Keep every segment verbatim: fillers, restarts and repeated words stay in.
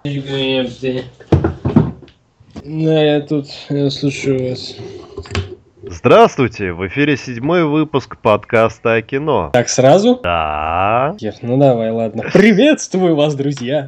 Да, я тут, я слушаю вас. Здравствуйте, в эфире седьмой выпуск подкаста о кино. Так сразу? Да. Ев, ну давай, ладно. Приветствую вас, друзья.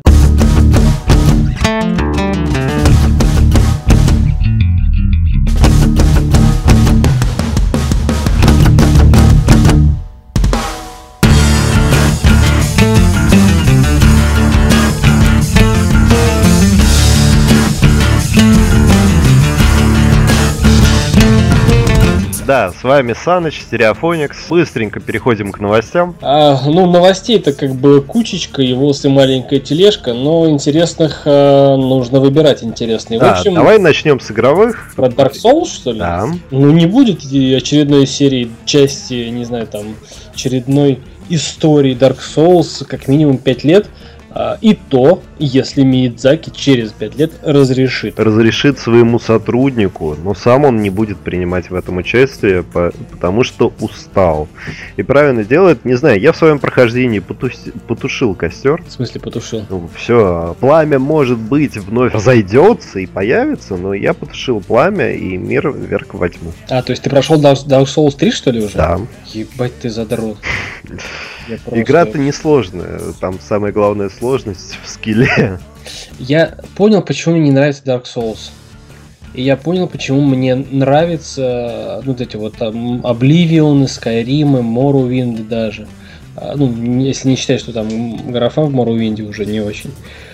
Да, с вами Саныч, Стереофоникс. Быстренько переходим к новостям. А, ну, новостей-то как бы кучечка, и волос и маленькая тележка, но интересных а, нужно выбирать интересные. Да, В общем, давай начнем с игровых. про Dark Souls, что ли? Да. Ну, не будет очередной серии, части, не знаю, там, очередной истории Dark Souls, как минимум пять лет. И то, если Миядзаки через пять лет разрешит. Разрешит своему сотруднику, но сам он не будет принимать в этом участие, потому что устал. И правильно делает, не знаю, я в своем прохождении потуси, потушил костер. В смысле потушил? Ну, все, пламя, может быть, вновь разойдется и появится, но я потушил пламя, и мир вверх во тьму. А, то есть ты прошел Dark Souls три, что ли, уже? Да. Ебать ты задрот. Просто... Игра-то несложная, там самая главная сложность в скилле. Я понял, почему мне не нравится Dark Souls. И я понял, почему мне нравятся вот эти вот там Oblivion, Skyrim, Morrowind даже. Ну, если не считать, что там графа в Morrowind уже не очень.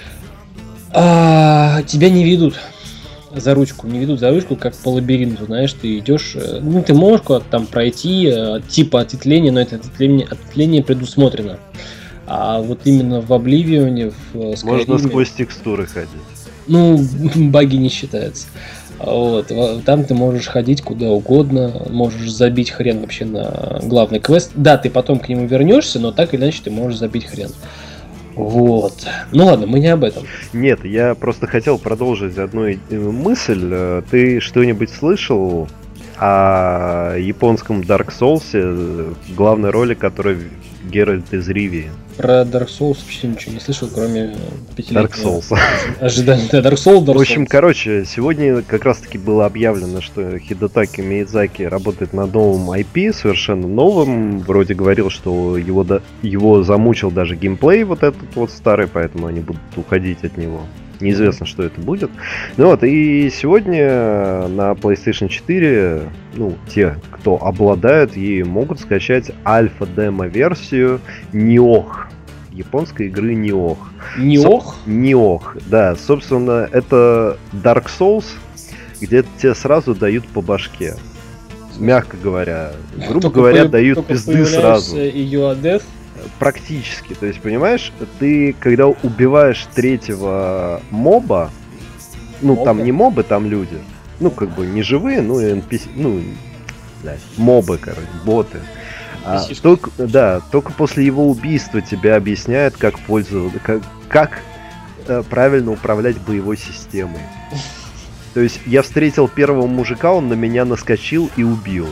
А, тебя не ведут за ручку, не ведут за ручку, как по лабиринту, знаешь, ты идешь, ну, ты можешь куда-то там пройти, типа ответвления, но это ответвление, ответвление предусмотрено. А вот именно в Обливионе, в Skyrim... Можно сквозь текстуры ходить. Ну, баги не считаются. Вот. Там ты можешь ходить куда угодно, можешь забить хрен вообще на главный квест. Да, ты потом к нему вернешься, но так или иначе ты можешь забить хрен. Вот. Ну ладно, мы не об этом. Нет, я просто хотел продолжить одну мысль. Ты что-нибудь слышал о японском Dark Souls, в главной роли которой Геральт из Ривии? Про Dark Souls вообще ничего не слышал, кроме пятилетнего Dark Souls. ожидания. Да, Dark Souls, Dark Souls. В общем, короче, сегодня как раз-таки было объявлено, что Хидетаки Миядзаки работает над новым ай пи, совершенно новым. Вроде говорил, что его, его замучил даже геймплей вот этот вот старый, поэтому они будут уходить от него. Неизвестно, что это будет. Ну вот, и сегодня на PlayStation четыре, ну, те, кто обладают ей, могут скачать альфа-демо-версию Ниох. Японской игры Ниох. Ниох? Со- Ниох, да. Собственно, это Dark Souls, где тебе сразу дают по башке. Мягко говоря. Грубо только говоря, по- дают пизды сразу. Ее адес. Практически, то есть, понимаешь, ты когда убиваешь третьего моба, ну, Моба? там не мобы, там люди, ну, как бы не живые, ну, эн пи си, ну, блядь, мобы, короче, боты. А, только, да, только после его убийства тебе объясняют, как пользоваться, как, как э, правильно управлять боевой системой. То есть, я встретил первого мужика, он на меня наскочил и убил.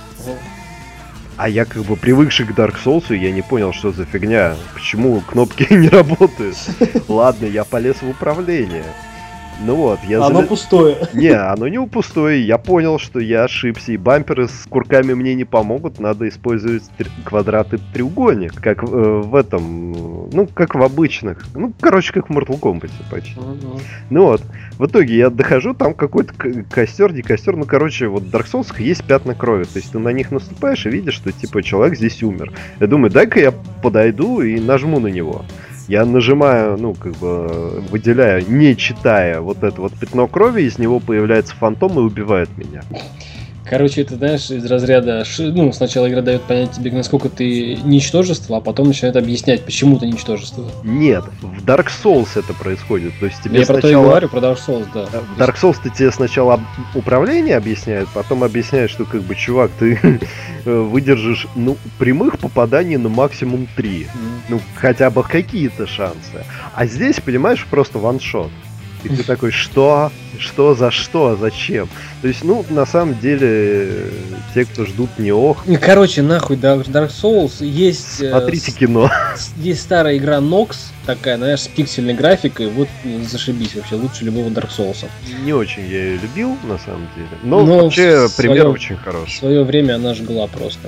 А я как бы привыкший к Dark Souls, я не понял, что за фигня, почему кнопки не работают. Ладно, я полез в управление. Ну вот, я... Оно зал... пустое. Не, оно не пустое. Я понял, что я ошибся, и бамперы с курками мне не помогут. Надо использовать тр... квадрат и треугольник, как э, в этом, ну, как в обычных. Ну, короче, как в Mortal Kombat почти. Uh-huh. Ну вот, в итоге я дохожу, там какой-то к- костер, не костер. Ну, короче, вот в Dark Souls есть пятна крови. То есть ты на них наступаешь и видишь, что, типа, человек здесь умер. Я думаю, дай-ка я подойду и нажму на него. Я нажимаю, ну, как бы, выделяю, не читая вот это вот пятно крови, из него появляется фантом и убивает меня. Короче, это, знаешь, из разряда, ну, сначала игра дает понять тебе, насколько ты ничтожество, а потом начинает объяснять, почему ты ничтожество. Нет, в Dark Souls это происходит. То есть тебе Я сначала... про то и говорю, про Dark Souls, да. В Dark Souls-то тебе сначала управление объясняют, потом объясняют, что, как бы, чувак, ты выдержишь, ну, прямых попаданий на максимум три. Mm. Ну, хотя бы какие-то шансы. А здесь, понимаешь, просто ваншот. И ты такой, что? Что? За что? Зачем? То есть, ну, на самом деле, те, кто ждут не ох. Короче, нахуй Dark Souls. Есть... Смотрите э, кино. Есть старая игра Nox, такая, знаешь, с пиксельной графикой. Вот зашибись вообще, лучше любого Dark Souls. Не очень я ее любил, на самом деле. Но, Но вообще, пример свое, очень хороший. В свое время она жгла просто.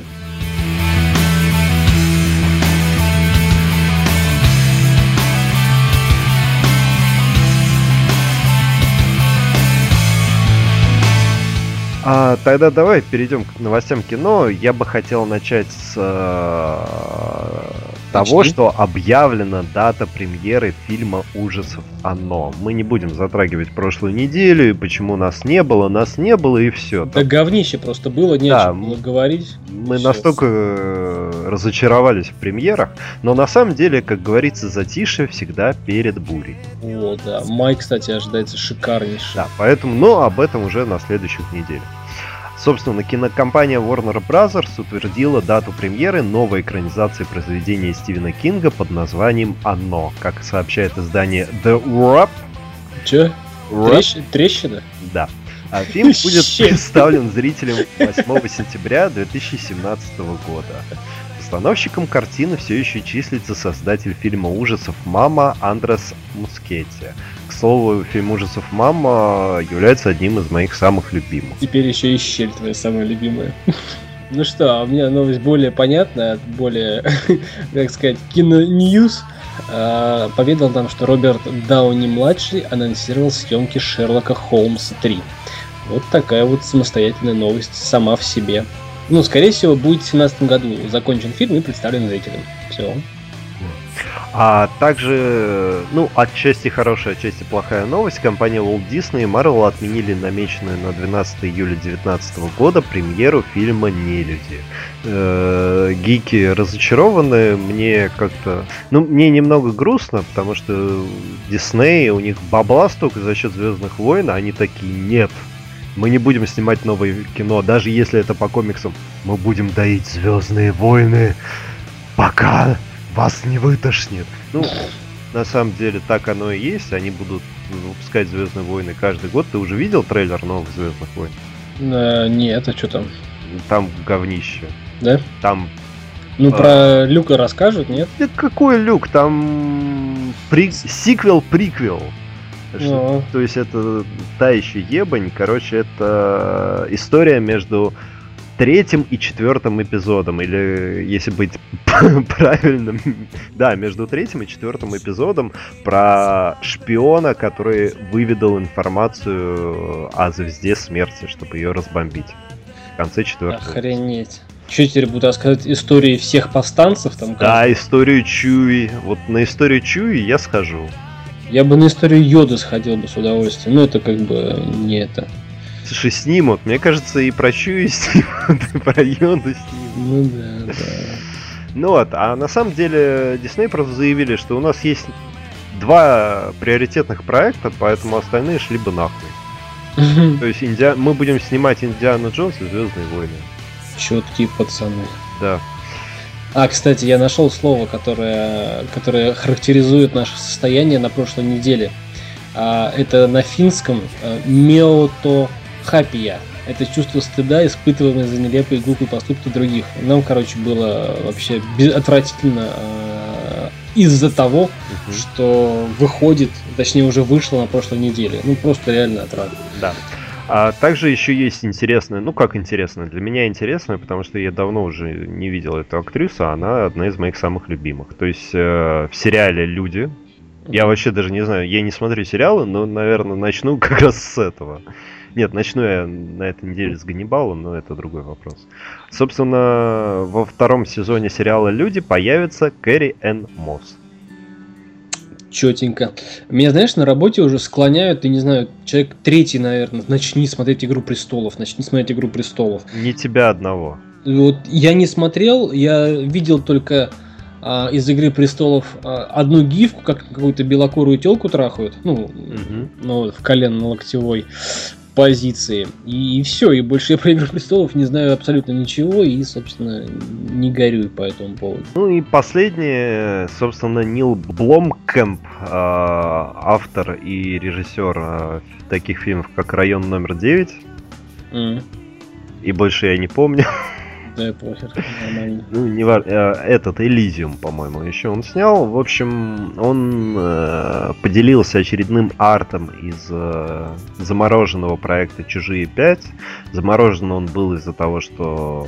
А, тогда давай перейдем к новостям кино. Я бы хотел начать с э, того, что объявлена дата премьеры фильма ужасов «Оно». Мы не будем затрагивать прошлую неделю, и почему нас не было, нас не было, и все. Да говнище просто было, не да, о чем было говорить. Мы настолько разочаровались в премьерах, но на самом деле, как говорится, затишье всегда перед бурей. О, да. Май, кстати, ожидается шикарнейший. Да, поэтому, но об этом уже на следующих неделях. Собственно, кинокомпания Warner Bros. Утвердила дату премьеры новой экранизации произведения Стивена Кинга под названием «Оно». Как сообщает издание The Wrap. Че? Трещ... Трещина? Да. А фильм будет представлен зрителям восьмого сентября две тысячи семнадцатого года. Постановщиком картины все еще числится создатель фильма ужасов «Мама» Андрес Мускетти. К слову, фильм ужасов «Мама» является одним из моих самых любимых. Теперь еще и «Щель» твоя самая любимая. Ну что, у меня новость более понятная, более, как сказать, кино-ньюс. Поведал нам, что Роберт Дауни-младший анонсировал съемки Шерлока Холмса три. Вот такая вот самостоятельная новость сама в себе. Ну, скорее всего, будет в две тысячи семнадцатом году закончен фильм и представлен зрителям. Все. А также, ну, отчасти хорошая, отчасти плохая новость. Компания Walt Disney и Marvel отменили намеченную на двенадцатое июля две тысячи девятнадцатого года премьеру фильма «Нелюди». Э-э, гики разочарованы, мне как-то... Ну, мне немного грустно, потому что Disney, у них бабла столько за счет «Звездных войн», а они такие, нет, мы не будем снимать новое кино, даже если это по комиксам. Мы будем доить «Звездные войны», пока вас не вытошнит. Ну, на самом деле, так оно и есть. Они будут выпускать «Звездные войны» каждый год. Ты уже видел трейлер новых «Звездных войн»? А, нет, а что там? Там говнище. Да? Там... Ну, а... про Люка расскажут, нет? Да какой Люк? Там... При... Сиквел-приквел. Что, то есть это та еще ебань. Короче, это история между третьим и четвертым эпизодом. Или, если быть правильным, да, между третьим и четвертым эпизодом про шпиона, который выведал информацию о звезде смерти, чтобы ее разбомбить. В конце четвертого. Охренеть. Что теперь буду рассказывать истории всех повстанцев? Там, да, как... историю Чуи. Вот на историю Чуи я схожу. Я бы на историю Йоды сходил бы с удовольствием, но это как бы не это. Слушай, снимут. Мне кажется, и про Чуи снимут, и про Йоду снимут. Ну да, да. Ну вот, а на самом деле Disney просто заявили, что у нас есть два приоритетных проекта, поэтому остальные шли бы нахуй. То есть Индиа... мы будем снимать Индиану Джонс и Звездные войны. Четкие пацаны. Да. А, кстати, я нашел слово, которое, которое характеризует наше состояние на прошлой неделе. А, это на финском «меотохапия». Это чувство стыда, испытываемое за нелепые и глупые поступки других. Нам, короче, было вообще отвратительно э, из-за того, угу. что выходит, точнее уже вышло на прошлой неделе. Ну, просто реально отрадно. Да. А также еще есть интересная, ну как интересная, для меня интересная, потому что я давно уже не видел эту актрису, она одна из моих самых любимых. То есть э, в сериале «Люди», я вообще даже не знаю, я не смотрю сериалы, но, наверное, начну как раз с этого. Нет, начну я на этой неделе с Ганнибала, но это другой вопрос. Собственно, во втором сезоне сериала «Люди» появится Кэрри Энн Мосс. Четенько. Меня, знаешь, на работе уже склоняют, я не знаю, человек третий, наверное, начни смотреть «Игру престолов», начни смотреть «Игру престолов». Не тебя одного. Вот я не смотрел, я видел только а, из «Игры престолов» а, одну гифку, как какую-то белокурую телку трахают, ну, угу. ну в колено-локтевой. позиции. И, и все, и больше я про «Игру престолов» не знаю абсолютно ничего, и, собственно, не горюю по этому поводу. Ну и последнее, собственно, Нил Бломкэмп, автор и режиссер таких фильмов, как «Район номер девять». Mm. И больше я не помню. Да, похер. Нормально. Ну, не вар... Этот Элизиум, по-моему, еще он снял. В общем, он э, поделился очередным артом из э, замороженного проекта «Чужие пять». Заморожен он был из-за того, что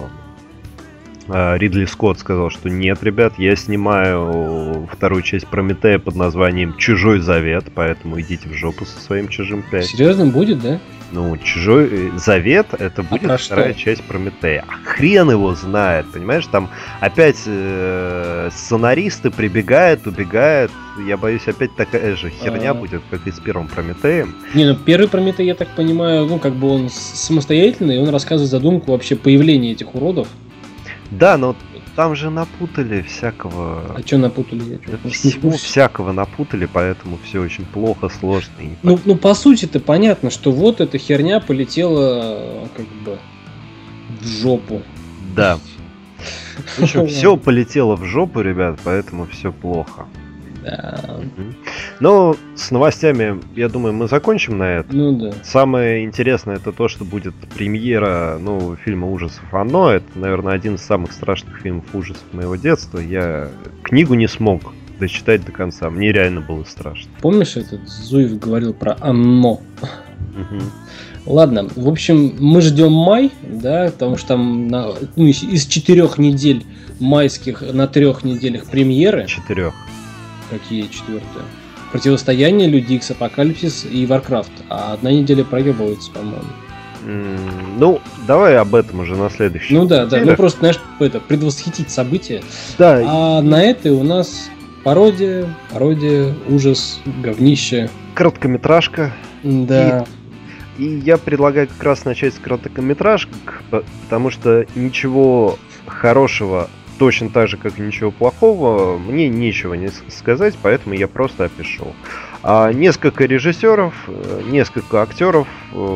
э, Ридли Скотт сказал, что нет, ребят, я снимаю вторую часть Прометея под названием «Чужой завет», поэтому идите в жопу со своим «Чужим пять». Серьезно, будет, да? Ну, «Чужой завет» — это будет а вторая что? часть Прометея. А хрен его знает, понимаешь? Там опять э, сценаристы прибегают, убегают. Я боюсь, опять такая же херня А-а-а. будет, как и с первым Прометеем. Не, ну первый Прометей, я так понимаю, ну как бы он самостоятельный, он рассказывает задумку вообще появления этих уродов. Да, но там же напутали всякого... А что напутали? Да всего всякого напутали, поэтому все очень плохо, сложно. И ну, ну, по сути-то понятно, что вот эта херня полетела как бы в жопу. Да. В общем, все полетело в жопу, ребят, поэтому все плохо. Да. Но с новостями, я думаю, мы закончим на этом. Ну да. Самое интересное это то, что будет премьера нового фильма ужасов «Оно». Это, наверное, один из самых страшных фильмов ужасов моего детства. Я книгу не смог дочитать до конца. Мне реально было страшно. Помнишь, этот Зуев говорил про «Оно»? Угу. Ладно, в общем, мы ждем май, да, потому что там на, ну, из, из четырех недель майских на трех неделях премьеры. Четырех. Какие четвертые? Противостояние, Люди Икс, Апокалипсис и Warcraft. А одна неделя проебывается, по-моему. Mm, ну, давай об этом уже на следующей. Ну да, да. Ну просто, знаешь, это, предвосхитить события. Да. А на этой у нас пародия, пародия, ужас, говнище. Короткометражка. Да. И, и я предлагаю как раз начать с короткометражек, потому что ничего хорошего, точно так же, как и ничего плохого, мне нечего не сказать, поэтому я просто опишу. А, несколько режиссеров, несколько актеров: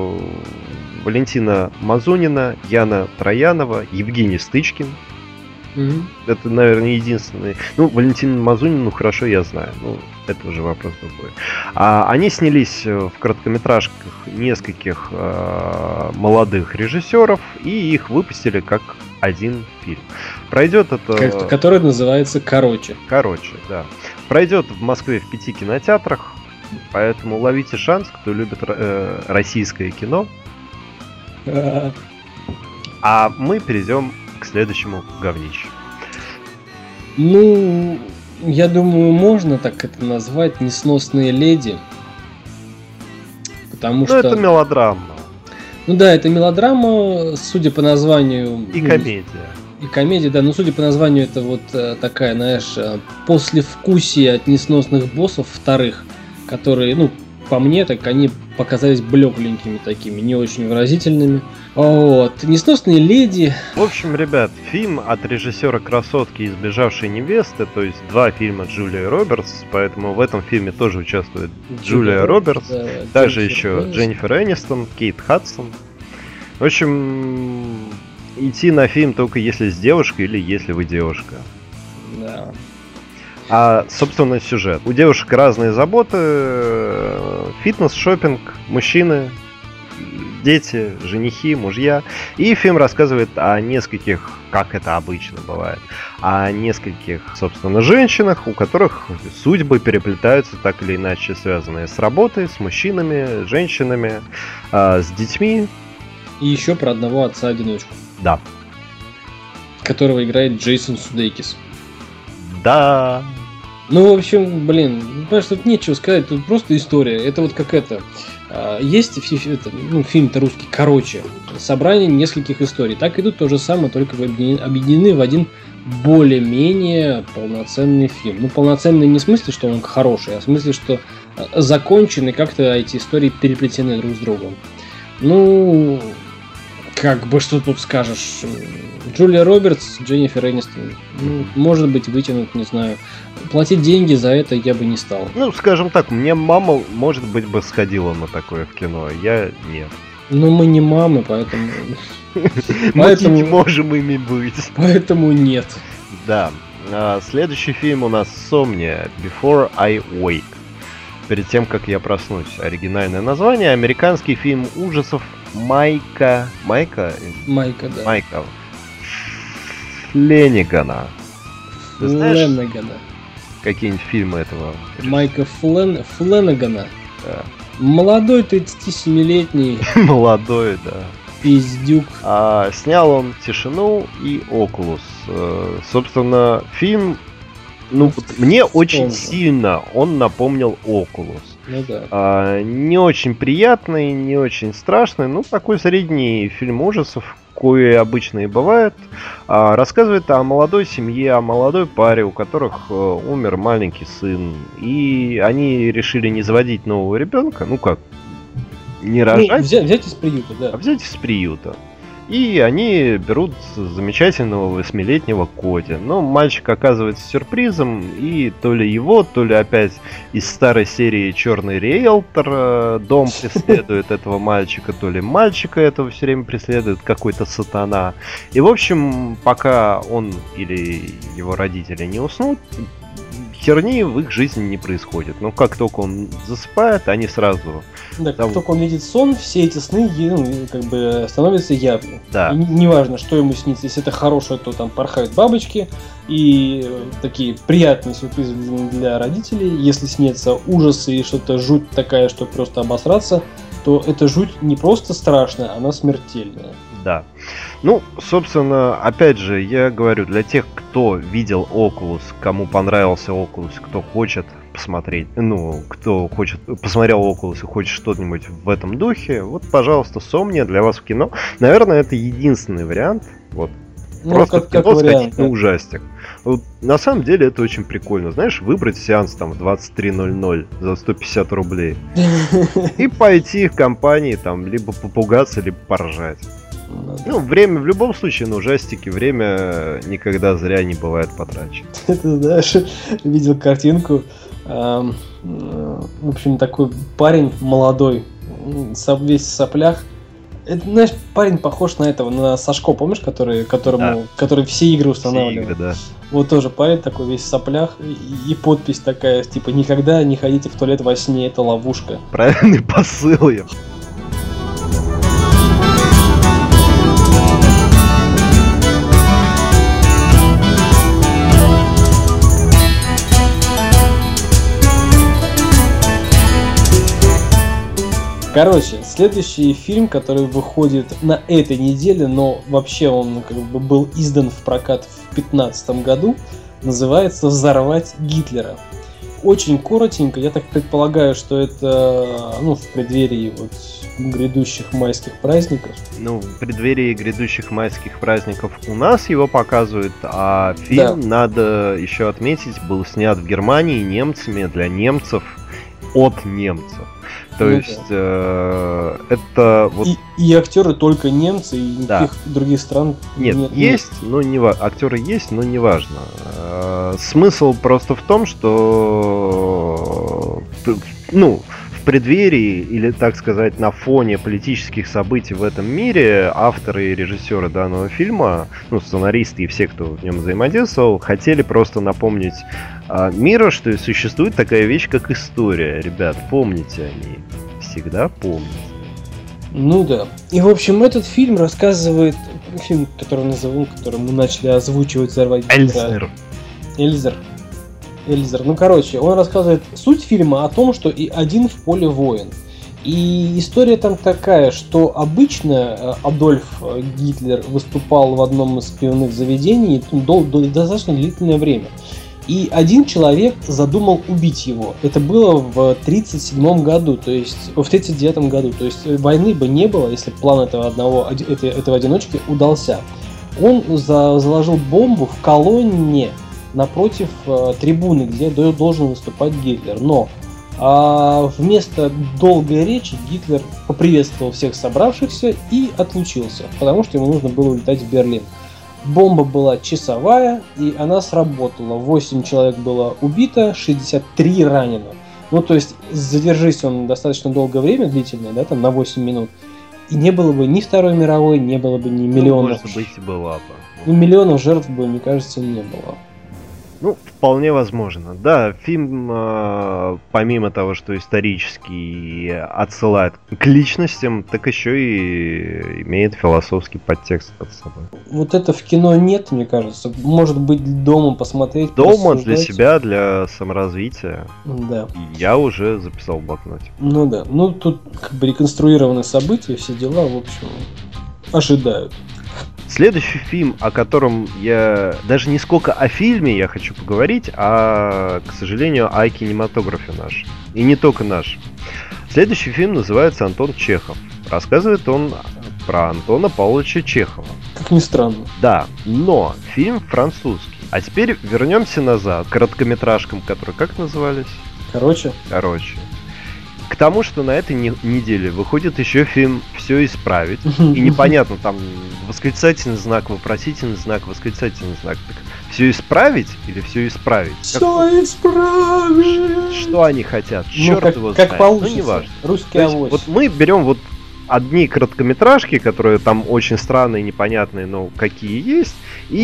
Валентина Мазунина, Яна Троянова, Евгений Стычкин. Mm-hmm. Это, наверное, единственный. Ну, Валентина Мазунину хорошо я знаю. Ну, это уже вопрос другой. А, они снялись в короткометражках нескольких а, молодых режиссеров, и их выпустили как один фильм. Пройдет это... Который называется «Короче». Короче, да. Пройдет в Москве в пяти кинотеатрах, поэтому ловите шанс, кто любит э, российское кино. А мы перейдем к следующему говнищу. Ну, я думаю, можно так это назвать: «Несносные леди». Потому ну, что... это мелодрама. Ну да, это мелодрама, судя по названию... И комедия. И комедия, да, но судя по названию, это вот э, такая, знаешь, э, послевкусие от несносных боссов вторых, которые, ну, по мне, так они показались блекленькими такими, не очень выразительными. Вот. «Несносные леди». В общем, ребят, фильм от режиссера «Красотки» и «Сбежавшей невесты», то есть два фильма Джулии Робертс, поэтому в этом фильме тоже участвует Джулия, Джулия Робертс, да, также Дженнифер еще Энистон. Дженнифер Энистон, Кейт Хадсон. В общем, идти на фильм только если с девушкой или если вы девушка. Да. А, собственно, сюжет. У девушек разные заботы: фитнес, шопинг, мужчины, дети, женихи, мужья. И фильм рассказывает о нескольких, как это обычно бывает, о нескольких, собственно, женщинах, у которых судьбы переплетаются так или иначе, связанные с работой, с мужчинами, женщинами, э, с детьми. И еще про одного отца-одиночку. Да. Которого играет Джейсон Судейкис. Да. Ну, в общем, блин, понимаешь, тут нечего сказать, тут просто история. Это вот как это... Есть это, ну, фильм-то русский, короче, собрание нескольких историй. Так идут то же самое, только объединены в один более-менее полноценный фильм. Ну, полноценный не в смысле, что он хороший, а в смысле, что закончены, как-то эти истории переплетены друг с другом. Ну, как бы, что тут скажешь. Джулия Робертс, Дженнифер Энистон. Ну, может быть, вытянут, не знаю. Платить деньги за это я бы не стал. Ну, скажем так, мне мама, может быть, бы сходила на такое в кино, я нет. Ну, мы не мамы, поэтому... Мы не можем ими быть. Поэтому нет. Да. Следующий фильм у нас «Сомния. Before I Wake». Перед тем, как я проснусь. Оригинальное название. Американский фильм ужасов Майка... Майка? Майка, да. Майка Фленнигана. Ты знаешь Фленнигана. какие-нибудь фильмы этого? Майка Флен... Фленнигана. Да. Молодой тридцатисемилетний. Молодой, да. Пиздюк. А, снял он «Тишину» и «Окулус». Э, собственно, фильм, ну, мне очень же. сильно он напомнил «Окулус». Ну да. А, не очень приятный, не очень страшный, ну, такой средний фильм ужасов, кое обычно и бывает. А, рассказывает о молодой семье, о молодой паре, у которых э, умер маленький сын. И они решили не заводить нового ребенка, ну как, не рожать, Ну, взять, взять из приюта, да. а взять из приюта. И они берут замечательного восьмилетнего Коди. Но мальчик оказывается сюрпризом, и то ли его, то ли опять из старой серии «Черный риэлтор» дом преследует этого мальчика, то ли мальчика этого все время преследует какой-то сатана. И, в общем, пока он или его родители не уснут, херни в их жизни не происходит. Но как только он засыпает, они сразу... Да, Там... как только он видит сон, все эти сны ну, как бы становятся явными. Да. И неважно, что ему снится. Если это хорошее, то там порхают бабочки и такие приятные сюрпризы для родителей. Если снятся ужасы и что-то жуть такая, что просто обосраться, то эта жуть не просто страшная, она смертельная. Да. Ну, собственно, опять же, я говорю, для тех, кто видел Oculus, кому понравился Oculus, кто хочет посмотреть, ну, кто хочет, посмотрел Oculus и хочет что-нибудь в этом духе, вот, пожалуйста, «Сомния» для вас в кино. Наверное, это единственный вариант, вот. Ну, Просто как, в кино как сходить вариант, на да. ужастик. Вот, на самом деле это очень прикольно. Знаешь, выбрать сеанс там в двадцать три ноль ноль за сто пятьдесят рублей и пойти в компании там либо попугаться, либо поржать. Ну, время в любом случае на ужастики, время никогда зря не бывает потрачено. Ты знаешь, видел картинку. эм, э, В общем, такой парень молодой, со- весь в соплях. Это, знаешь, парень похож на этого, на Сашко, помнишь, который, которому, который все игры Все устанавливал? игры, да. Вот тоже парень такой весь в соплях, и, и подпись такая, типа, никогда не ходите в туалет во сне, это ловушка. Правильный посыл я. Короче, следующий фильм, который выходит на этой неделе, но вообще он как бы был издан в прокат в две тысячи пятнадцатом году, называется «Взорвать Гитлера». Очень коротенько, я так предполагаю, что это ну, в преддверии вот грядущих майских праздников. Ну, в преддверии грядущих майских праздников у нас его показывают, а фильм, Да. надо еще отметить, был снят в Германии немцами для немцев от немцев. То Ну есть э, это вот... И, и актеры только немцы, и никаких Да. других стран Нет, нет. есть, но не ва- актеры есть, но не важно. Э, Смысл просто в том, что т- ну, в преддверии, или так сказать, на фоне политических событий в этом мире, авторы и режиссеры данного фильма, ну, сценаристы и все, кто в нем взаимодействовал, хотели просто напомнить а, миру, что существует такая вещь, как история. Ребят, помните о ней. Всегда помните. Ну да. И в общем, этот фильм рассказывает, фильм, который назову, который мы начали озвучивать, «Взорвать Гитлера». Эльзер. Эльзер. Эльзер. Ну, короче, он рассказывает суть фильма о том, что и один в поле воин. И история там такая, что обычно э, Адольф э, Гитлер выступал в одном из пивных заведений дол- дол- достаточно длительное время. И один человек задумал убить его. Это было в тридцать седьмом году, то есть в тридцать девятом году. То есть войны бы не было, если бы план этого одного оди- этой- этого одиночки удался. Он за- заложил бомбу в колонне напротив э, трибуны, где до- должен выступать Гитлер. Но а, вместо долгой речи Гитлер поприветствовал всех собравшихся и отлучился, потому что ему нужно было улетать в Берлин. Бомба была часовая, и она сработала. восемь человек было убито, шестьдесят три ранено. Ну, то есть, задержись он достаточно долгое время, длительное, да, там на восемь минут, И не было бы ни Второй мировой, не было бы ни миллионов. Ну, может быть, и была бы. Ну, миллионов жертв бы, мне кажется, не было. Ну, вполне возможно. Да, фильм, э, помимо того, что исторически отсылает к личностям, так еще и имеет философский подтекст под собой. Вот это в кино нет, мне кажется. Может быть, дома посмотреть. Дома для себя, для саморазвития. Да. Я уже записал в блокноте. Ну да. Ну, тут как бы реконструированы события, все дела, в общем, ожидают. Следующий фильм, о котором я... Даже не сколько о фильме я хочу поговорить, а, к сожалению, о кинематографе нашем. И не только наш. Следующий фильм называется «Антон Чехов». Рассказывает он про Антона Павловича Чехова. Как ни странно. Да, но фильм французский. А теперь вернемся назад к короткометражкам, которые как назывались? Короче. Короче. К тому, что на этой не- неделе выходит еще фильм «Все исправить». И непонятно, там восклицательный знак, вопросительный знак, восклицательный знак. Так, все исправить или все исправить? Все исправить! Что они хотят? Ну, Черт как, его как знает. получится. Ну, неважно. Русский То есть, авось. вот мы берем вот одни короткометражки, которые там очень странные, непонятные, но какие есть,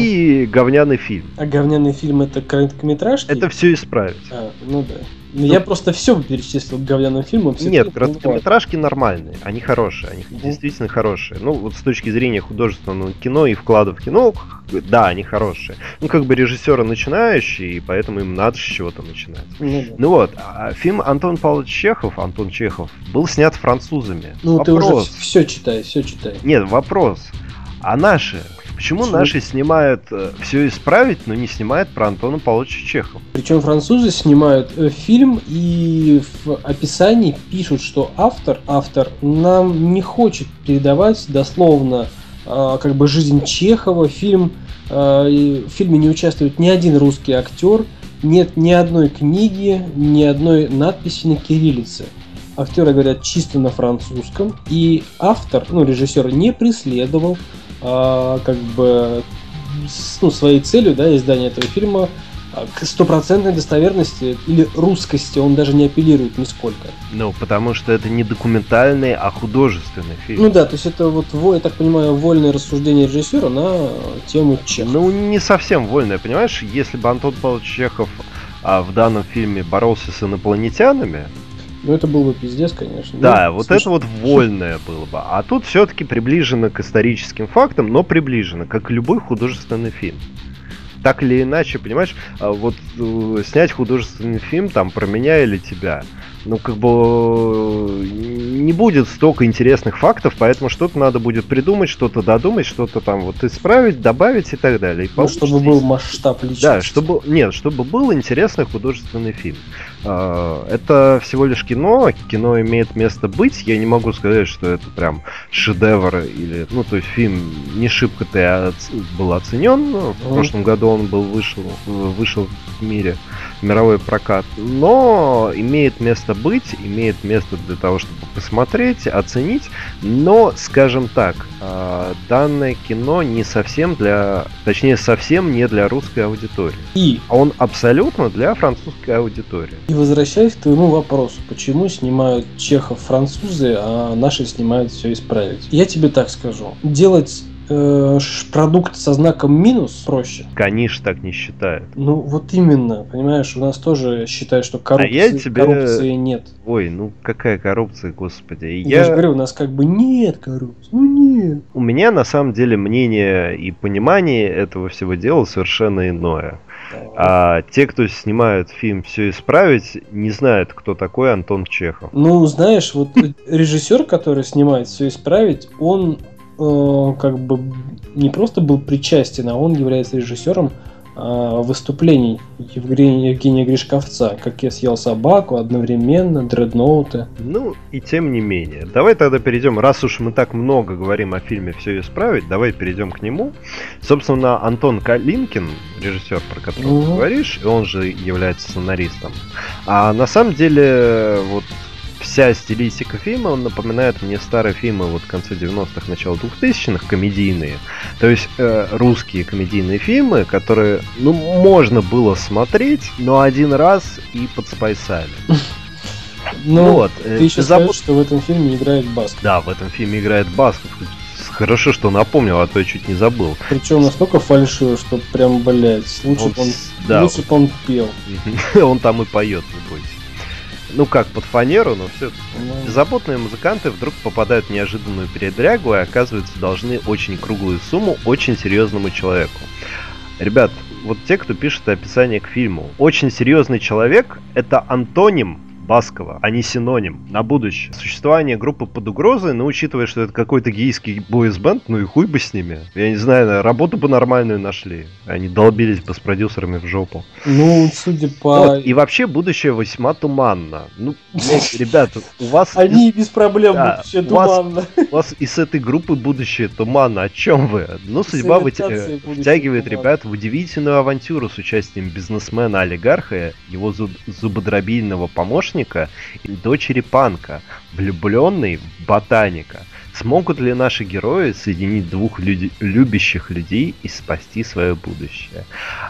и говняный фильм. А говняный фильм — это короткометражки? Это все исправить. А, ну да. Ну, я просто все перечислил к говняным фильмам. Все Нет, фильмы, короткометражки нормальные, они хорошие, они Мгм. действительно хорошие. Ну, вот с точки зрения художественного кино и вклада в кино, да, они хорошие. Ну, как бы режиссеры начинающие, и поэтому им надо с чего-то начинать. Ну, да. Ну вот, а фильм Антон Павлович Чехов, Антон Чехов, был снят французами. Ну, ты Вопрос. уже все читай, все читай. Нет, вопрос. А наши? Почему Почему? наши снимают все исправить, но не снимают про Антона Павловича Чехова? Причем французы снимают э, фильм и в описании пишут, что автор, автор нам не хочет передавать дословно э, как бы жизнь Чехова. Фильм, э, и в фильме не участвует ни один русский актер, нет ни одной книги, ни одной надписи на кириллице. Актеры говорят чисто на французском, и автор, ну режиссер, не преследовал а, как бы с, ну, своей целью, да, издания этого фильма а, к стопроцентной достоверности или русскости он даже не апеллирует нисколько. Ну, потому что это не документальный, а художественный фильм. Ну да, то есть это вот, во- я так понимаю, вольное рассуждение режиссера на тему Чехова. Ну, не совсем вольное, понимаешь? Если бы Антон Павлович Чехов а, в данном фильме боролся с инопланетянами, Ну это был бы пиздец, конечно. да, Ну, вот слушай, это вот вольное было бы. А тут все-таки приближено к историческим фактам, но приближено, как любой художественный фильм. Так или иначе, понимаешь, а вот э, снять художественный фильм там про меня или тебя, ну как бы э, не будет столько интересных фактов, поэтому что-то надо будет придумать, что-то додумать, что-то там вот исправить, добавить и так далее. И ну, чтобы получится был масштаб личности. Да, чтобы нет, чтобы был интересный художественный фильм. А, Это всего лишь кино, кино имеет место быть. Я не могу сказать, что это прям шедевр или, ну, то есть фильм не шибко-то и оц- был оценен. В Мгм. прошлом году он был вышел, вышел в мире в мировой прокат, но имеет место быть, имеет место для того, чтобы посмотреть, оценить. Но, скажем так, а, данное кино не совсем для, точнее, совсем не для русской аудитории. И, А он абсолютно для французской аудитории. и возвращаясь к твоему вопросу, почему снимают Чехов французы, а наши снимают все исправить. Я тебе так скажу. Делать э, ш- продукт со знаком минус проще. Каниш так не считает. Ну вот именно, понимаешь, у нас тоже считают, что коррупции, А я тебе- коррупции нет. Ой, ну какая коррупция, господи. Я... Я... же говорю, у нас как бы нет коррупции. Ну нет. У меня на самом деле мнение и понимание этого всего дела совершенно иное. А те, кто снимает фильм «Все исправить», не знают, кто такой Антон Чехов. Ну, знаешь, вот режиссер, который снимает все исправить, он э, как бы не просто был причастен, а он является режиссером э, выступлений Евгения, Евгения Гришковца, как я съел собаку, одновременно, дредноуты. Ну, и тем не менее. Давай тогда перейдем, раз уж мы так много говорим о фильме «Все исправить», давай перейдем к нему. Собственно, Антон Калинкин, режиссер, про которого ты Мгм. говоришь, и он же является сценаристом. А на самом деле, вот вся стилистика фильма, он напоминает мне старые фильмы вот конца девяностых, начала двухтысячных, комедийные. То есть э, русские комедийные фильмы, которые, ну, можно было смотреть, но один раз и под спайсами. Ну, вот, ты еще забыл... скажешь, что в этом фильме играет Басков. Да, в этом фильме играет Басков. Хорошо, что напомнил, а то я чуть не забыл. Причем настолько фальшиво, что прям, блядь, лучше он, бы он, да, лучше бы он пел. Он там и поет, не бойся. Ну как, под фанеру, но все. Ну. Беззаботные музыканты вдруг попадают в неожиданную передрягу и, оказывается, должны очень круглую сумму очень серьезному человеку. Ребят, вот те, кто пишет описание к фильму. Очень серьезный человек — это антоним Баскова, а не синоним на будущее. Существование группы под угрозой, но учитывая, что это какой-то гейский бойс-бенд, ну и хуй бы с ними. Я не знаю, работу бы нормальную нашли. Они долбились бы с продюсерами в жопу. Ну, судя по... Вот, и вообще будущее весьма туманно. Ну, ребята, у вас... Они без проблем да, будущее у вас, туманно. У вас и с этой группы будущее туманно. О чем вы? Ну, судьба вытя... втягивает ребят в удивительную авантюру с участием бизнесмена-олигарха, его зуб... зубодробильного помощника и дочери панка, влюбленной в ботаника. Смогут ли наши герои соединить двух люди... любящих людей и спасти свое будущее?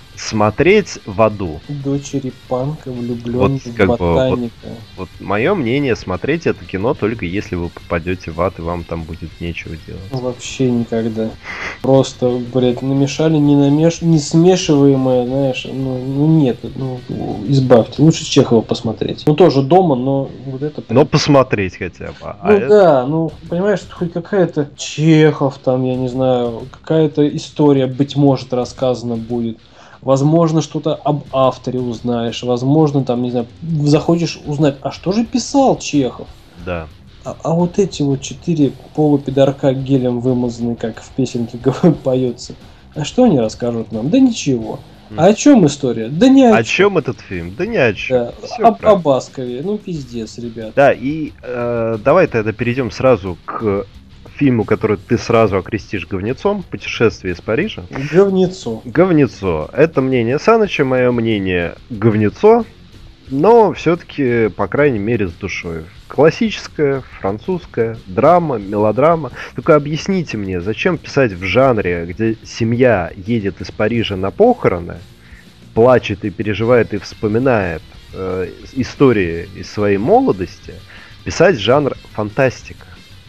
Смотреть в аду. Дочери панка, влюбленный вот, в как ботаника. Бы, вот, вот мое мнение, смотреть это кино только если вы попадете в ад и вам там будет нечего делать. Вообще никогда. Просто, блядь, намешали не намеш... не смешиваемое, знаешь, ну, ну нет, ну избавьте. Лучше Чехова посмотреть. Ну тоже дома, но вот это... Но посмотреть хотя бы. Ну а да, это... ну понимаешь, хоть какая-то Чехов там, я не знаю, какая-то история, быть может, рассказана будет. Возможно, что-то об авторе узнаешь. Возможно, там, не знаю, захочешь узнать, а что же писал Чехов? Да. А, а вот эти вот четыре полупидорка гелем вымазанные, как в песенке поется. А что они расскажут нам? Да ничего. А о чем история? Да не о, о чем. чем этот фильм? Да не о чем. Да. Об, о Баскове. Ну, пиздец, ребят. Да, и э, давай тогда перейдем сразу к фильму, который ты сразу окрестишь говнецом, «Путешествие из Парижа». Говнецо. Говнецо. Это мнение Саныча, мое мнение говнецо, но все-таки, по крайней мере, с душой. Классическая, французская, драма, мелодрама. Только объясните мне, зачем писать в жанре, где семья едет из Парижа на похороны, плачет и переживает и вспоминает э, истории из своей молодости, писать жанр фантастика?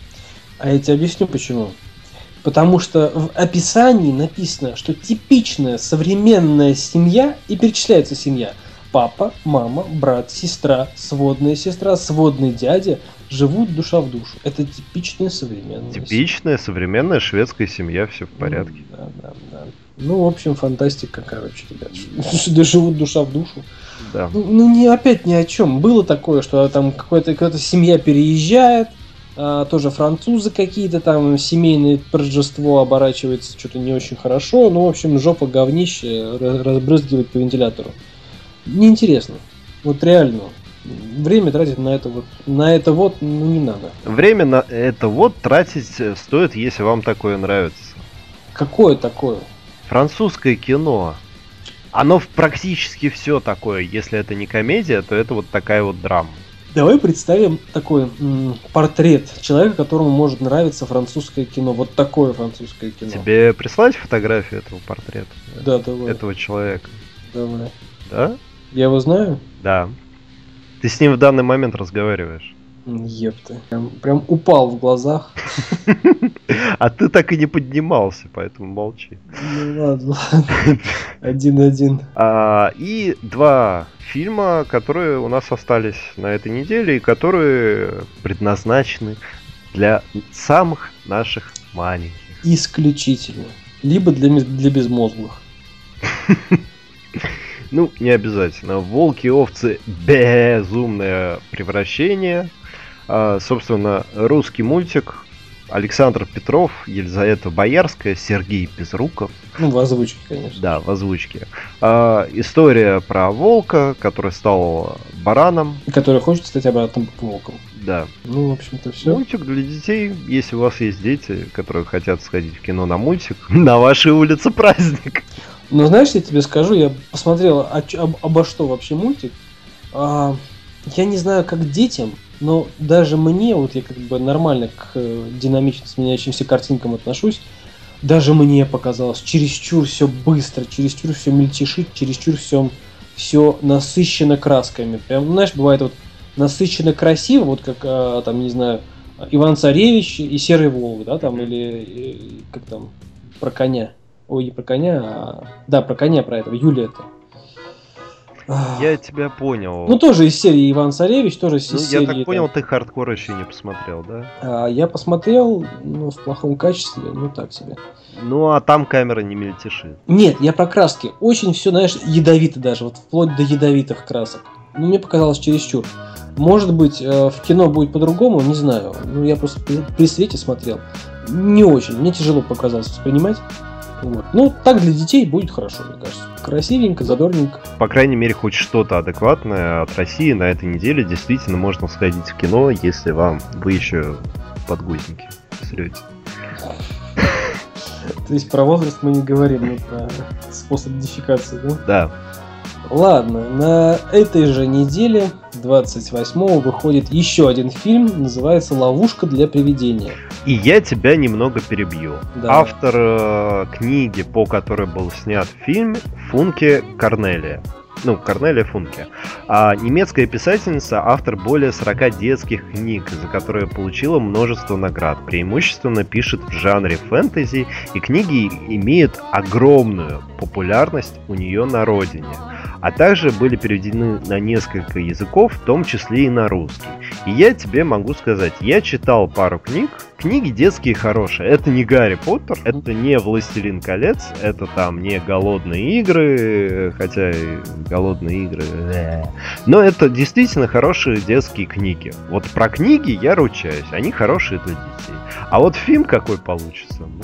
А я тебе объясню почему. Потому что в описании написано, что типичная современная семья, и перечисляется семья: папа, мама, брат, сестра, сводная сестра, сводный дядя, живут душа в душу. Это типичная современная Типичная семья. современная шведская семья, все в порядке. Ну, да, да, да. Ну, в общем, фантастика, короче, ребят. Живут душа в душу. Да. Ну, ну, не, опять ни о чем. Было такое, что там какая-то, какая-то семья переезжает, а, тоже французы какие-то там, семейное торжество оборачивается что-то не очень хорошо. Ну, в общем, жопа говнище разбрызгивает по вентилятору. Неинтересно. Вот реально. Время тратить на это вот, на это вот, ну, не надо. Время на это вот тратить стоит, если вам такое нравится. Какое такое? Французское кино. Оно практически все такое. Если это не комедия, то это вот такая вот драма. Давай представим такой м- портрет человека, которому может нравиться французское кино. Вот такое французское кино. Тебе прислать фотографию этого портрета? Да, давай. Этого человека? Давай. Да? Я его знаю? Да. Ты с ним в данный момент разговариваешь? Епты. Прям, прям упал в глазах. А ты так и не поднимался, поэтому молчи. Ну ладно, ладно. Один-один. А, и два фильма, которые у нас остались на этой неделе, и которые предназначены для самых наших маленьких. Исключительно. Либо для, для безмозглых. Ну, не обязательно. «Волки и овцы. Безумное превращение». А, собственно, русский мультик. Александр Петров, Елизавета Боярская, Сергей Безруков. Ну, в озвучке, конечно. Да, в озвучке. А, история про волка, который стал бараном. Который хочет стать обратным волком. Да. Ну, в общем-то, все. Мультик для детей. Если у вас есть дети, которые хотят сходить в кино на мультик, на вашей улице праздник. Ну, знаешь, я тебе скажу, я посмотрел, а, об, обо что вообще мультик. А, я не знаю, как детям, но даже мне, вот я как бы нормально к динамично сменяющимся картинкам отношусь, даже мне показалось чересчур все быстро, чересчур все мельтешит, чересчур все, все насыщено красками. Прям, знаешь, бывает вот насыщенно красиво, вот как, а, там, не знаю, Иван-Царевич и Серый Волк, да, там, или, и, как там, про коня. Ой, не про коня, а... Да, про коня, про этого, Юлия-то. Я тебя понял. Ну, тоже из серии Иван-Царевич, тоже из ну, серии... Я так понял, там... ты хардкор еще не посмотрел, да? А, я посмотрел, ну, в плохом качестве, ну, так себе. Ну, а там камера не мельтешит. Нет, я про краски. Очень все, знаешь, ядовито даже, вот вплоть до ядовитых красок. Ну, мне показалось чересчур. Может быть, в кино будет по-другому, не знаю. Ну, я просто при свете смотрел. Не очень, мне тяжело показалось воспринимать. Вот. Ну, так для детей будет хорошо, мне кажется. Красивенько, задорненько. По крайней мере, хоть что-то адекватное от России на этой неделе. Действительно, можно сходить в кино, если вам вы еще подгузники срете. То есть про возраст мы не говорим, мы про способ дефекации, да? Да. Ладно, на этой же неделе, двадцать восьмого, выходит еще один фильм, называется «Ловушка для привидения». И я тебя немного перебью. Да. Автор э, книги, по которой был снят фильм, Функе Корнелия. Ну, Корнелия Функе. А немецкая писательница, автор более сорока детских книг, за которые получила множество наград. Преимущественно пишет в жанре фэнтези, и книги имеют огромную популярность у нее на родине. А также были переведены на несколько языков, в том числе и на русский. И я тебе могу сказать, я читал пару книг, книги детские хорошие. Это не Гарри Поттер, это не Властелин колец, это там не Голодные игры, хотя и Голодные игры... Но это действительно хорошие детские книги. Вот про книги я ручаюсь, они хорошие для детей. А вот фильм какой получится, ну...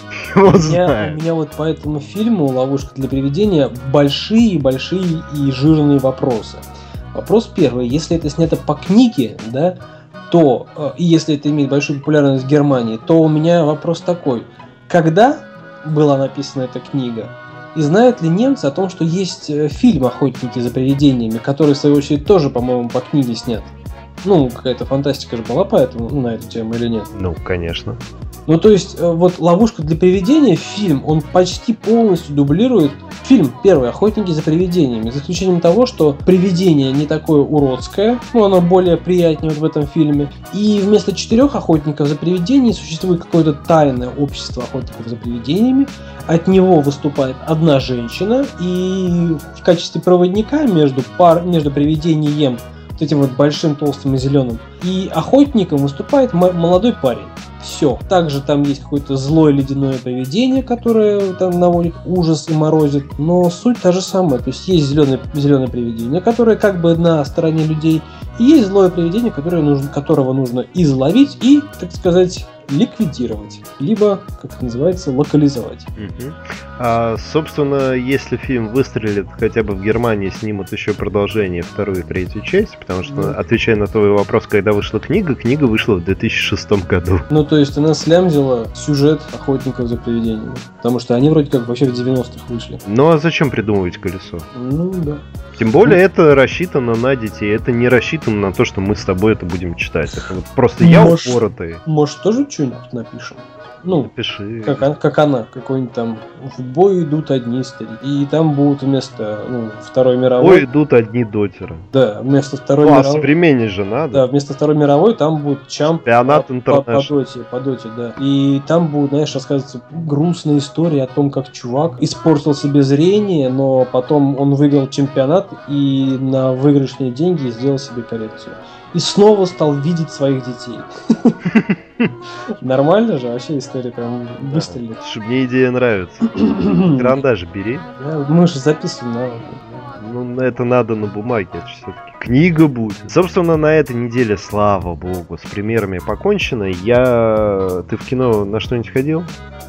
У меня, у меня вот по этому фильму «Ловушка для привидения» большие-большие и жирные вопросы. Вопрос первый. Если это снято по книге, да, то, и если это имеет большую популярность в Германии, то у меня вопрос такой. Когда была написана эта книга? И знают ли немцы о том, что есть фильм «Охотники за привидениями», который, в свою очередь, тоже, по-моему, по книге снят? Ну, какая-то фантастика же была поэтому, ну, на эту тему или нет? Ну, конечно. Ну, то есть, вот «Ловушка для привидения», фильм, он почти полностью дублирует фильм первый «Охотники за привидениями», за исключением того, что привидение не такое уродское, ну, оно более приятнее вот в этом фильме, и вместо четырех охотников за привидениями существует какое-то тайное общество охотников за привидениями, от него выступает одна женщина, и в качестве проводника между, пар... между привидением, вот этим вот большим, толстым и зеленым, и охотником выступает м- молодой парень. Все. Также там есть какое-то злое ледяное привидение, которое там наводит ужас и морозит. Но суть та же самая. То есть есть зеленое, зеленое привидение, которое как бы на стороне людей. И есть злое привидение, которое нужно, которого нужно изловить и, так сказать, ликвидировать. Либо, как это называется, локализовать. Угу. А, собственно, если фильм выстрелит, хотя бы в Германии снимут еще продолжение, вторую и третью часть, потому что, mm. отвечая на твой вопрос, когда вышла книга, книга вышла в две тысячи шестом году. Ну, то есть она слямзила сюжет «Охотников за привидениями». Потому что они вроде как вообще в девяностых вышли. Ну, а зачем придумывать колесо? Ну, да. Тем более, это рассчитано на детей, это не рассчитано на то, что мы с тобой это будем читать. Это вот просто я может, упоротый. Может, тоже что-нибудь напишем? Ну, напиши. Как, как она, какой-нибудь там «В бой идут одни старики». И там будут вместо ну, Второй мировой... В бой идут одни дотеры. Да, вместо Второй ну, мировой... А современнее же надо. Да, вместо Второй мировой там будет чамп по, по, по доте, по доте, да. И там будут, знаешь, рассказываться грустные истории о том, как чувак испортил себе зрение, но потом он выиграл чемпионат и на выигрышные деньги сделал себе коррекцию. И снова стал видеть своих детей. Нормально же? Вообще история прям выстрелит. Чтобы мне идея нравится. Карандаш бери. Мы же записываем. Ну, это надо на бумаге, это все-таки книга будет. Собственно, на этой неделе, слава богу, с премьерами покончено. Я... Ты в кино на что-нибудь ходил?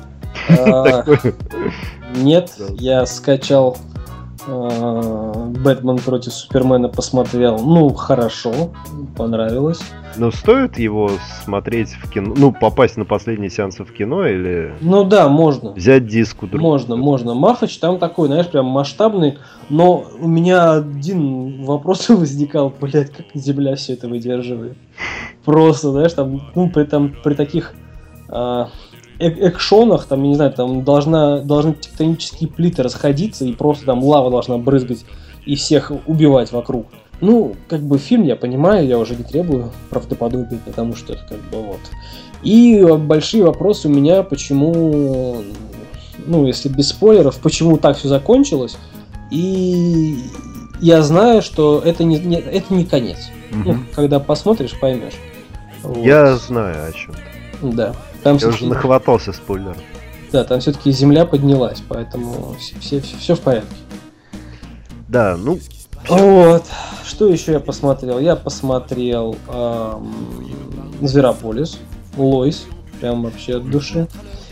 Нет, я скачал Бэтмен против Супермена, посмотрел. Ну, хорошо, понравилось. Но стоит его смотреть в кино? Ну, попасть на последние сеансы в кино или... Ну да, можно. Взять диск у друга? Можно, можно. Махач там такой, знаешь, прям масштабный. Но у меня один вопрос возникал, блядь, как Земля все это выдерживает. Просто, знаешь, там, ну, при, там, при таких... А... экшонах, там, я не знаю, там должна, должны тектонические плиты расходиться, и просто там лава должна брызгать и всех убивать вокруг. Ну, как бы фильм, я понимаю, я уже не требую правдоподобия, потому что это как бы вот. И большие вопросы у меня, почему, ну, если без спойлеров, почему так все закончилось. И я знаю, что это не, не, это не конец. Угу. Ну, когда посмотришь, поймешь. Вот. Я знаю о чем. Да. Там я уже нахватался спойлеров. Да, там все-таки земля поднялась, поэтому все, все, все в порядке. Да, ну... Вот. Что еще я посмотрел? Я посмотрел эм, Зверополис, Лойс, прям вообще от души.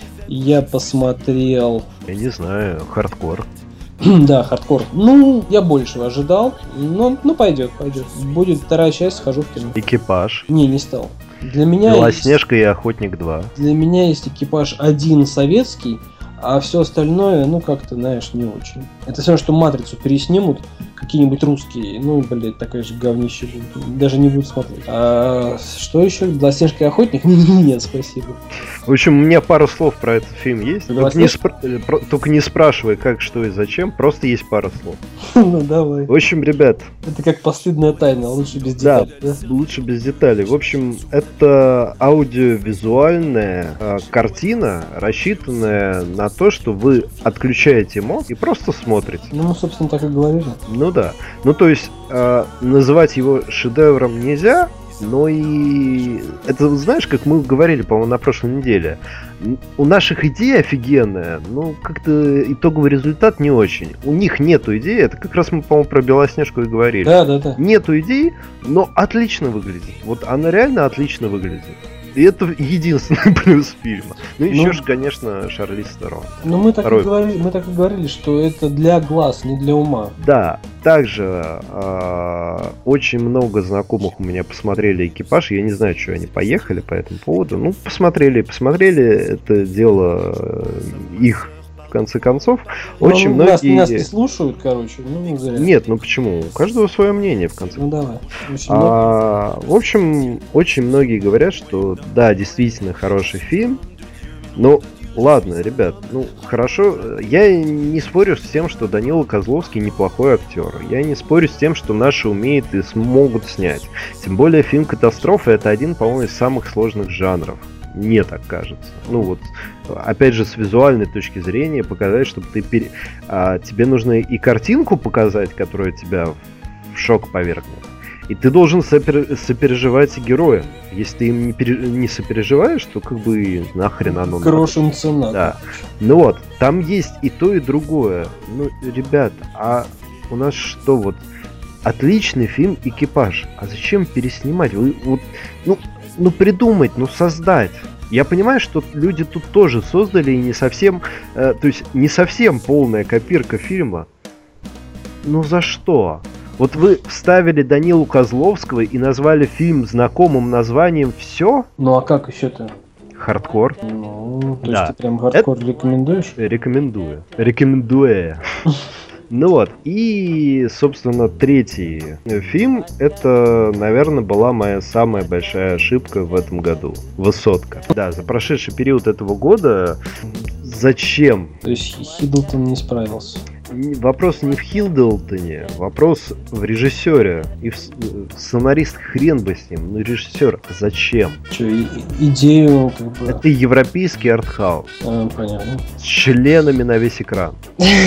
Я посмотрел... Я не знаю, хардкор. Да, хардкор. Ну, я большего ожидал, но ну, пойдет, пойдет. Будет вторая часть, схожу в кино. Экипаж. Не, не стал. Для меня Белоснежка есть... и Охотник два. Для меня есть Экипаж один советский, а все остальное, ну, как-то, знаешь, не очень. Это все равно, что Матрицу переснимут, какие-нибудь русские, ну, блядь, такая же говнище будет. Даже не буду смотреть. А что еще? Белоснежка и Охотник? Нет, спасибо. В общем, у меня пару слов про этот фильм есть. Только не, спра- про- только не спрашивай, как, что и зачем, просто есть пара слов. Ну, давай. В общем, ребят... Это как последняя тайна, лучше без деталей. Да, да? лучше без деталей. В общем, это аудиовизуальная э, картина, рассчитанная на то, что вы отключаете мозг и просто смотрите. Ну, мы, собственно, так и говорили. Ну да. Ну, то есть, э, называть его шедевром нельзя, но и... Это, знаешь, как мы говорили, по-моему, на прошлой неделе. У наших идей офигенная, но как-то итоговый результат не очень. У них нету идей, это как раз мы, по-моему, про Белоснежку и говорили. Да, да, да. Нету идей, но отлично выглядит. Вот она реально отлично выглядит. И это единственный плюс фильма. Ну, еще ну, же, конечно, Шарлиз Терон. Ну, мы так, и говорили, мы так и говорили, что это для глаз, не для ума. Да. Также э, очень много знакомых у меня посмотрели «Экипаж». Я не знаю, что они поехали по этому поводу. Ну, посмотрели, посмотрели. Это дело их, в конце концов. Очень ну, многие... Нас, нас не слушают, короче. Ну, не зря. Нет, ну почему? У каждого свое мнение, в конце концов. Ну, давай. Очень а, в общем, очень многие говорят, что да, действительно хороший фильм. Но ладно, ребят, ну хорошо. Я не спорю с тем, что Данила Козловский неплохой актер. Я не спорю с тем, что наши умеют и смогут снять. Тем более фильм «Катастрофа» — это один, по-моему, из самых сложных жанров. Мне так кажется. Ну вот, опять же, с визуальной точки зрения показать, чтобы ты пере... а, тебе нужно и картинку показать, которая тебя в шок повергнет. И ты должен сопер... сопереживать героя. Если ты им не, пере... не сопереживаешь, то как бы нахрен оно надо. Грошем цена. Да. Ну вот, там есть и то, и другое. Ну, ребят, а у нас что вот? Отличный фильм «Экипаж». А зачем переснимать? Вы вот, ну, ну придумать, ну создать. Я понимаю, что люди тут тоже создали и не совсем, э, то есть не совсем полная копирка фильма. Ну за что? Вот вы вставили Данилу Козловского и назвали фильм знакомым названием «Все». Ну а как еще-то? Хардкор. Ну, то да. есть ты прям хардкор Это... рекомендуешь? Рекомендую. Рекомендую. Ну вот, и, собственно, третий фильм, это, наверное, была моя самая большая ошибка в этом году. «Высотка». Да, за прошедший период этого года зачем? То есть Хиддлстон не справился? Вопрос не в Хиддлстоне, вопрос в режиссере. И в сценарист хрен бы с ним, но режиссер зачем? Че, и, идею как бы... Это европейский артхаус. А, понятно. С членами на весь экран.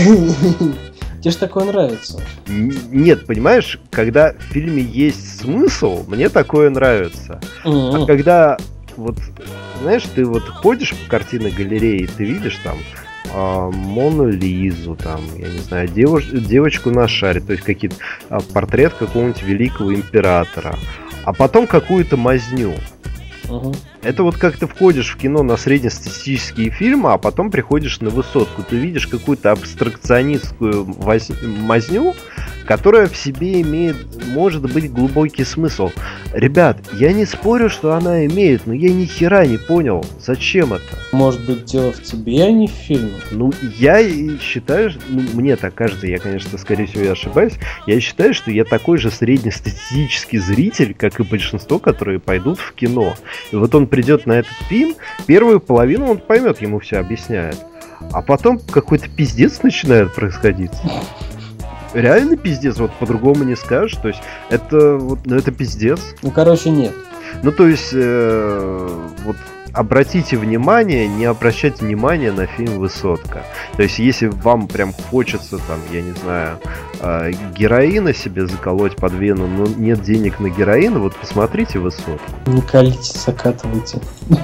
Тебе же такое нравится. Нет, понимаешь, когда в фильме есть смысл, мне такое нравится. Mm-hmm. А когда, вот, знаешь, ты вот ходишь по картинной галерее, и ты видишь там э, Мону Лизу, там, я не знаю, девуш- девочку на шаре, то есть какие-то э, портрет какого-нибудь великого императора, а потом какую-то мазню. Uh-huh. Это вот как ты входишь в кино на среднестатистические фильмы, а потом приходишь на «Высотку». Ты видишь какую-то абстракционистскую воз... мазню, которая в себе имеет, может быть, глубокий смысл. Ребят, я не спорю, что она имеет, но я ни хера не понял, зачем это. Может быть, дело в тебе, а не в фильме? Ну, я считаю, ну, мне так кажется, я, конечно, скорее всего, я ошибаюсь, я считаю, что я такой же среднестатистический зритель, как и большинство, которые пойдут в кино. И вот он придет на этот фильм, первую половину он поймет, ему все объясняют. А потом какой-то пиздец начинает происходить. реально пиздец, вот по-другому не скажешь. То есть это вот, ну это пиздец. Ну, короче, нет. Ну, то есть, э, вот обратите внимание, не обращайте внимания на фильм «Высотка». То есть, если вам прям хочется, там, я не знаю, э, героина себе заколоть под вену, но нет денег на героин, вот посмотрите «Высотку». Не колите, закатывайте.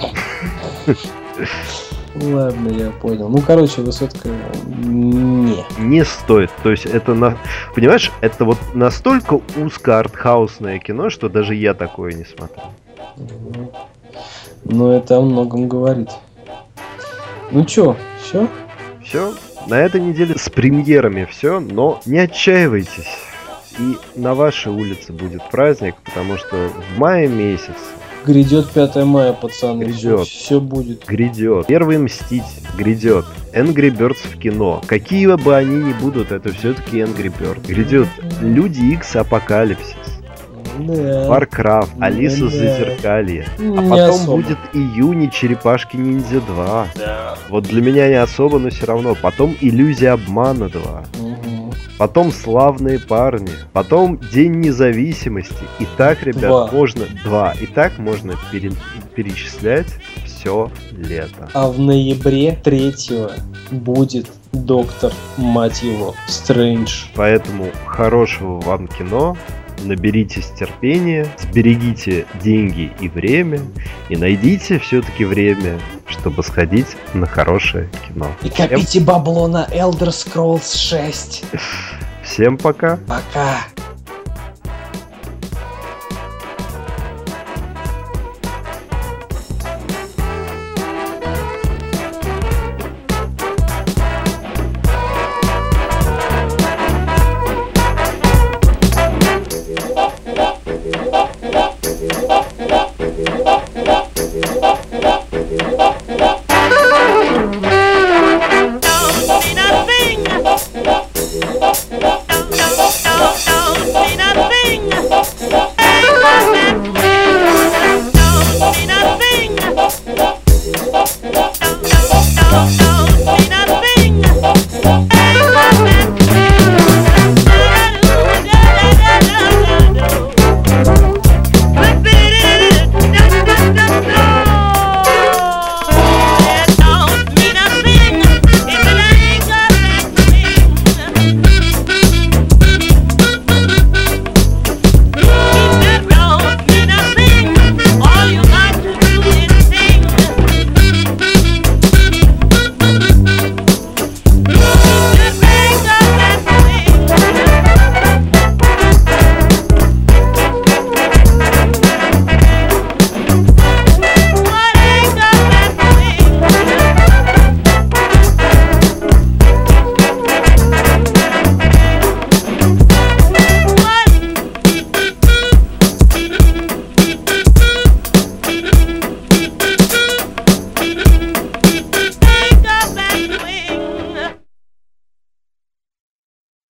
Ладно, я понял. Ну, короче, «Высотка» не. Не стоит. То есть это, на... понимаешь, это вот настолько узко артхаусное кино, что даже я такое не смотрю. Ну, это о многом говорит. Ну чё, все? Все. На этой неделе с премьерами все, но не отчаивайтесь. И на вашей улице будет праздник, потому что в мае месяце Грядет пятое мая, пацаны. Грядет. Все будет. Грядет. Первый Мститель. Грядет. Angry Birds в кино. Какие бы они ни будут, это все-таки Angry Birds. Грядет. Люди Икс Апокалипсис. Да. Warcraft. Алиса Да. Зазеркалье. А Не потом особо. будет июнь и Черепашки Ниндзя два. Да. Вот для меня не особо, но все равно. Потом Иллюзия обмана два. Мгм. Потом Славные парни. Потом День независимости. И так, ребят, Два. можно... Два. И так можно пере- перечислять все лето. А в ноябре третьего будет доктор, мать его, Стрэндж. Поэтому хорошего вам кино. Наберитесь терпения, сберегите деньги и время, и найдите все-таки время, чтобы сходить на хорошее кино. И копите бабло на Elder Scrolls шесть. Всем пока! Пока.